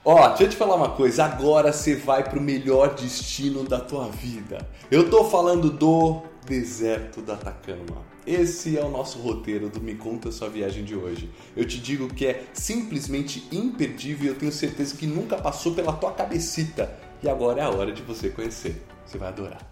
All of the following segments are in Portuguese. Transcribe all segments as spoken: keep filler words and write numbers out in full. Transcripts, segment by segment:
Ó, deixa eu te falar uma coisa, agora você vai pro melhor destino da tua vida. Eu tô falando do deserto do Atacama. Esse é o nosso roteiro do Me Conta Sua Viagem de hoje. Eu te digo que é simplesmente imperdível e eu tenho certeza que nunca passou pela tua cabecita. E agora é a hora de você conhecer. Você vai adorar.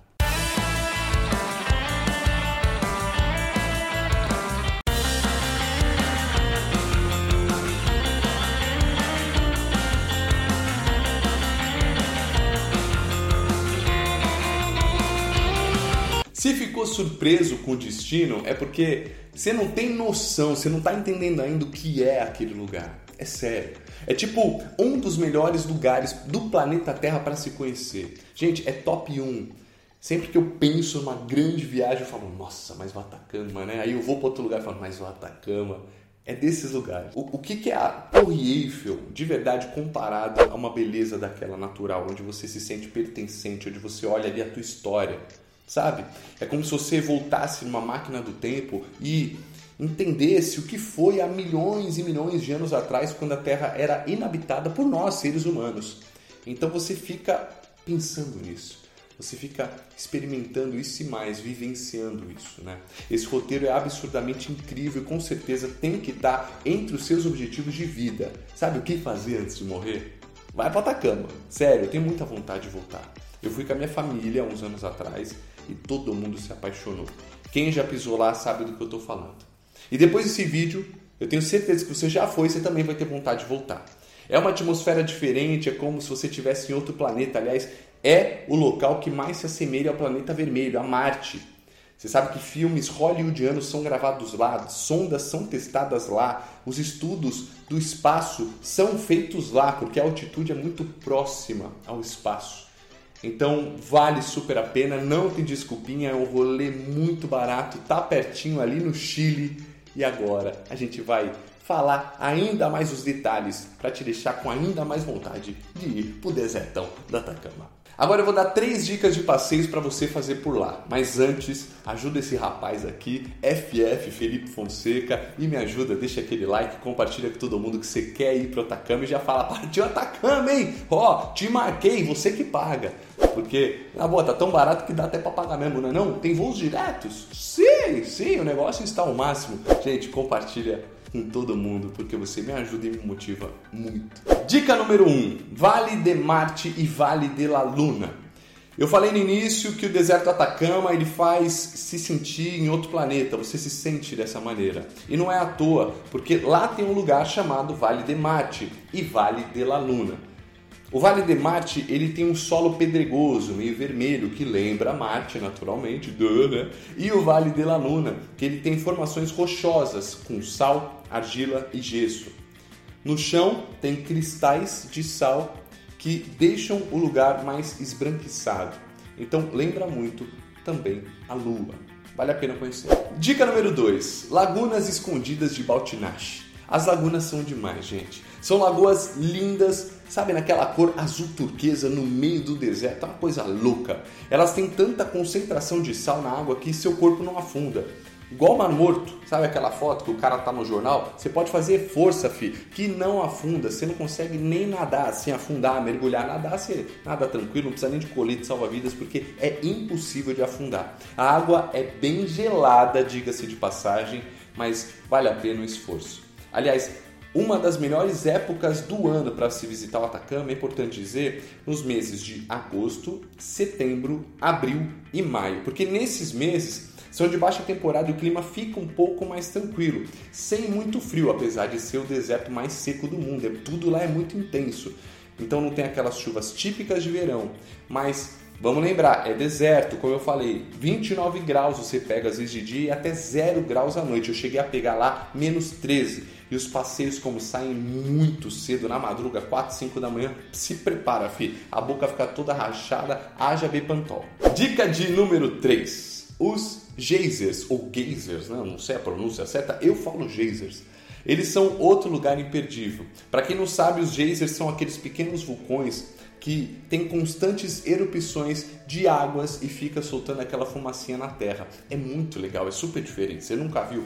Se ficou surpreso com o destino, é porque você não tem noção, você não está entendendo ainda o que é aquele lugar. É sério. É tipo um dos melhores lugares do planeta Terra para se conhecer. Gente, é top um. Sempre que eu penso numa grande viagem, eu falo, nossa, mas o Atacama, né? Aí eu vou para outro lugar e falo, mas o Atacama é desses lugares. O, o que, que é a Torre Eiffel, de verdade, comparado a uma beleza daquela natural, onde você se sente pertencente, onde você olha ali a tua história? Sabe? É como se você voltasse numa máquina do tempo e entendesse o que foi há milhões e milhões de anos atrás, quando a Terra era inabitada por nós, seres humanos. Então você fica pensando nisso, você fica experimentando isso e mais, vivenciando isso, né? Esse roteiro é absurdamente incrível e com certeza tem que estar entre os seus objetivos de vida. Sabe o que fazer antes de morrer? Vai para Atacama. Sério, eu tenho muita vontade de voltar. Eu fui com a minha família há uns anos atrás e todo mundo se apaixonou. Quem já pisou lá sabe do que eu estou falando. E depois desse vídeo, eu tenho certeza que você já foi e você também vai ter vontade de voltar. É uma atmosfera diferente, é como se você estivesse em outro planeta. Aliás, é o local que mais se assemelha ao planeta vermelho, a Marte. Você sabe que filmes hollywoodianos são gravados lá, sondas são testadas lá, os estudos do espaço são feitos lá, porque a altitude é muito próxima ao espaço. Então vale super a pena, não tem desculpinha, é um rolê muito barato, tá pertinho ali no Chile. E agora a gente vai falar ainda mais os detalhes para te deixar com ainda mais vontade de ir pro desertão do Atacama. Agora eu vou dar três dicas de passeios para você fazer por lá. Mas antes, ajuda esse rapaz aqui, F F, Felipe Fonseca, e me ajuda, deixa aquele like, compartilha com todo mundo que você quer ir pro Atacama e já fala, partiu Atacama, hein? Ó, te marquei, você que paga. Porque, na boa, tá tão barato que dá até para pagar mesmo, não é não? Tem voos diretos? Sim, sim, o negócio está ao máximo. Gente, compartilha com todo mundo, porque você me ajuda e me motiva muito. Dica número um, Vale de Marte e Vale de la Luna. Eu falei no início que o deserto do Atacama ele faz se sentir em outro planeta, você se sente dessa maneira. E não é à toa, porque lá tem um lugar chamado Vale de Marte e Vale de la Luna. O Vale de Marte ele tem um solo pedregoso, meio vermelho, que lembra Marte, naturalmente, duh, né? E o Vale de la Luna, que ele tem formações rochosas, com sal, argila e gesso. No chão tem cristais de sal que deixam o lugar mais esbranquiçado. Então lembra muito também a Lua. Vale a pena conhecer. Dica número dois, Lagunas Escondidas de Baltinache. As lagunas são demais, gente. São lagoas lindas, sabe, naquela cor azul turquesa no meio do deserto, é uma coisa louca. Elas têm tanta concentração de sal na água que seu corpo não afunda. Igual o Mar Morto, sabe aquela foto que o cara tá no jornal? Você pode fazer força, fi, que não afunda, você não consegue nem nadar, assim, afundar, mergulhar, nadar, você nada tranquilo, não precisa nem de colete salva-vidas, porque é impossível de afundar. A água é bem gelada, diga-se de passagem, mas vale a pena o esforço. Aliás, uma das melhores épocas do ano para se visitar o Atacama, é importante dizer, nos meses de agosto, setembro, abril e maio, porque nesses meses são de baixa temporada e o clima fica um pouco mais tranquilo, sem muito frio, apesar de ser o deserto mais seco do mundo. Tudo lá é muito intenso, então não tem aquelas chuvas típicas de verão, mas vamos lembrar, é deserto, como eu falei, vinte e nove graus você pega às vezes de dia e até zero graus à noite. Eu cheguei a pegar lá menos treze. E os passeios, como saem muito cedo, na madruga, quatro, cinco da manhã, se prepara, fi. A boca fica toda rachada, haja Bepantol. Dica de número três. Os geysers, ou geysers, né? Não sei a pronúncia certa, eu falo geysers. Eles são outro lugar imperdível. Para quem não sabe, os geysers são aqueles pequenos vulcões que tem constantes erupções de águas e fica soltando aquela fumacinha na terra. É muito legal, é super diferente. Você nunca viu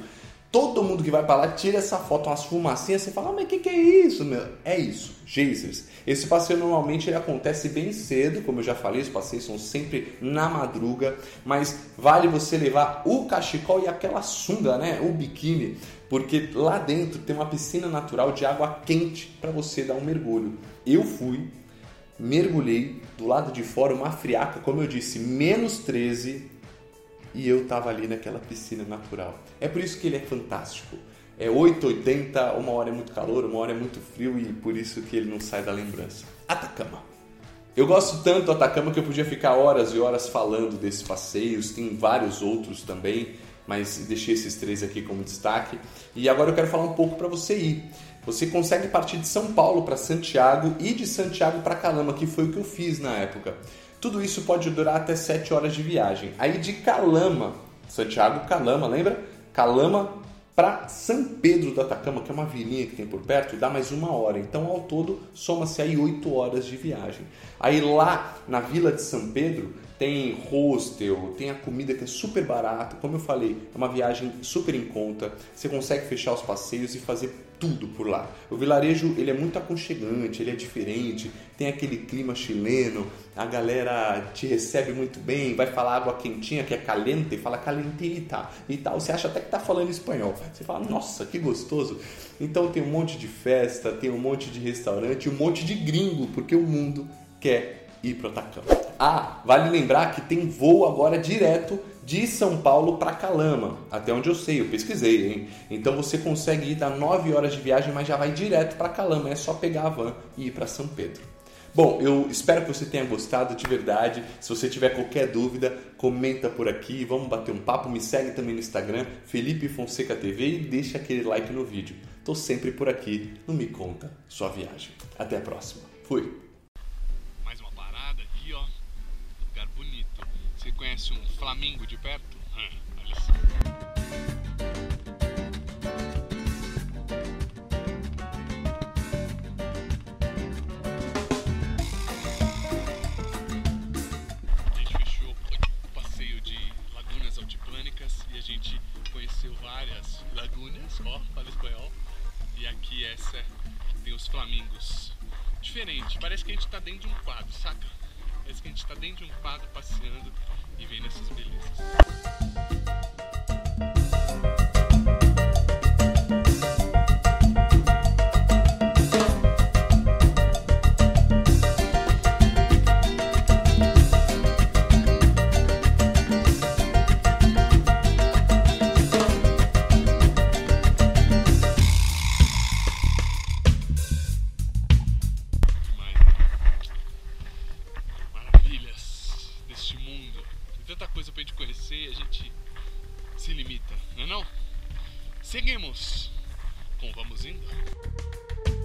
Todo mundo que vai para lá tira essa foto, umas fumacinhas, você fala, mas o que, que é isso, meu? É isso, geysers. Esse passeio normalmente ele acontece bem cedo, como eu já falei, os passeios são sempre na madruga, mas vale você levar o cachecol e aquela sunga, né? O biquíni, porque lá dentro tem uma piscina natural de água quente para você dar um mergulho. Eu fui, mergulhei, do lado de fora uma friaca, como eu disse, menos treze, e eu tava ali naquela piscina natural. É por isso que ele é fantástico. É oito, oitenta, uma hora é muito calor, uma hora é muito frio e por isso que ele não sai da lembrança. Atacama. Eu gosto tanto do Atacama que eu podia ficar horas e horas falando desses passeios. Tem vários outros também, mas deixei esses três aqui como destaque. E agora eu quero falar um pouco para você ir. Você consegue partir de São Paulo para Santiago e de Santiago para Calama, que foi o que eu fiz na época. Tudo isso pode durar até sete horas de viagem. Aí de Calama, Santiago, Calama, lembra? Calama para São Pedro do Atacama, que é uma vilinha que tem por perto, dá mais uma hora. Então, ao todo, soma-se aí oito horas de viagem. Aí lá na Vila de São Pedro, tem hostel, tem a comida que é super barata. Como eu falei, é uma viagem super em conta. Você consegue fechar os passeios e fazer tudo por lá. O vilarejo ele é muito aconchegante, ele é diferente, tem aquele clima chileno, a galera te recebe muito bem, vai falar água quentinha, que é caliente, fala calentita e tal. Você acha até que tá falando espanhol. Você fala, nossa, que gostoso. Então tem um monte de festa, tem um monte de restaurante, um monte de gringo, porque o mundo quer ir para o Atacama. Ah, vale lembrar que tem voo agora direto de São Paulo para Calama, até onde eu sei, eu pesquisei, hein? Então você consegue ir dar nove horas de viagem, mas já vai direto para Calama, é só pegar a van e ir para São Pedro. Bom, eu espero que você tenha gostado de verdade. Se você tiver qualquer dúvida, comenta por aqui, vamos bater um papo, me segue também no Instagram, Felipe Fonseca T V e deixa aquele like no vídeo. Tô sempre por aqui, não me conta sua viagem. Até a próxima. Fui! Mais uma parada aqui, ó. Lugar bonito. Você conhece um flamingo de perto? Hum, olha só. A gente fechou o passeio de lagunas altiplânicas e a gente conheceu várias lagunas, ó, fala espanhol. E aqui essa tem os flamingos. Diferente, parece que a gente tá dentro de um quadro, saca? Parece que a gente tá dentro de um quadro passeando e vendo essas belezas. Tanta coisa pra gente conhecer e a gente se limita, não é não? Seguimos com Vamos Indo.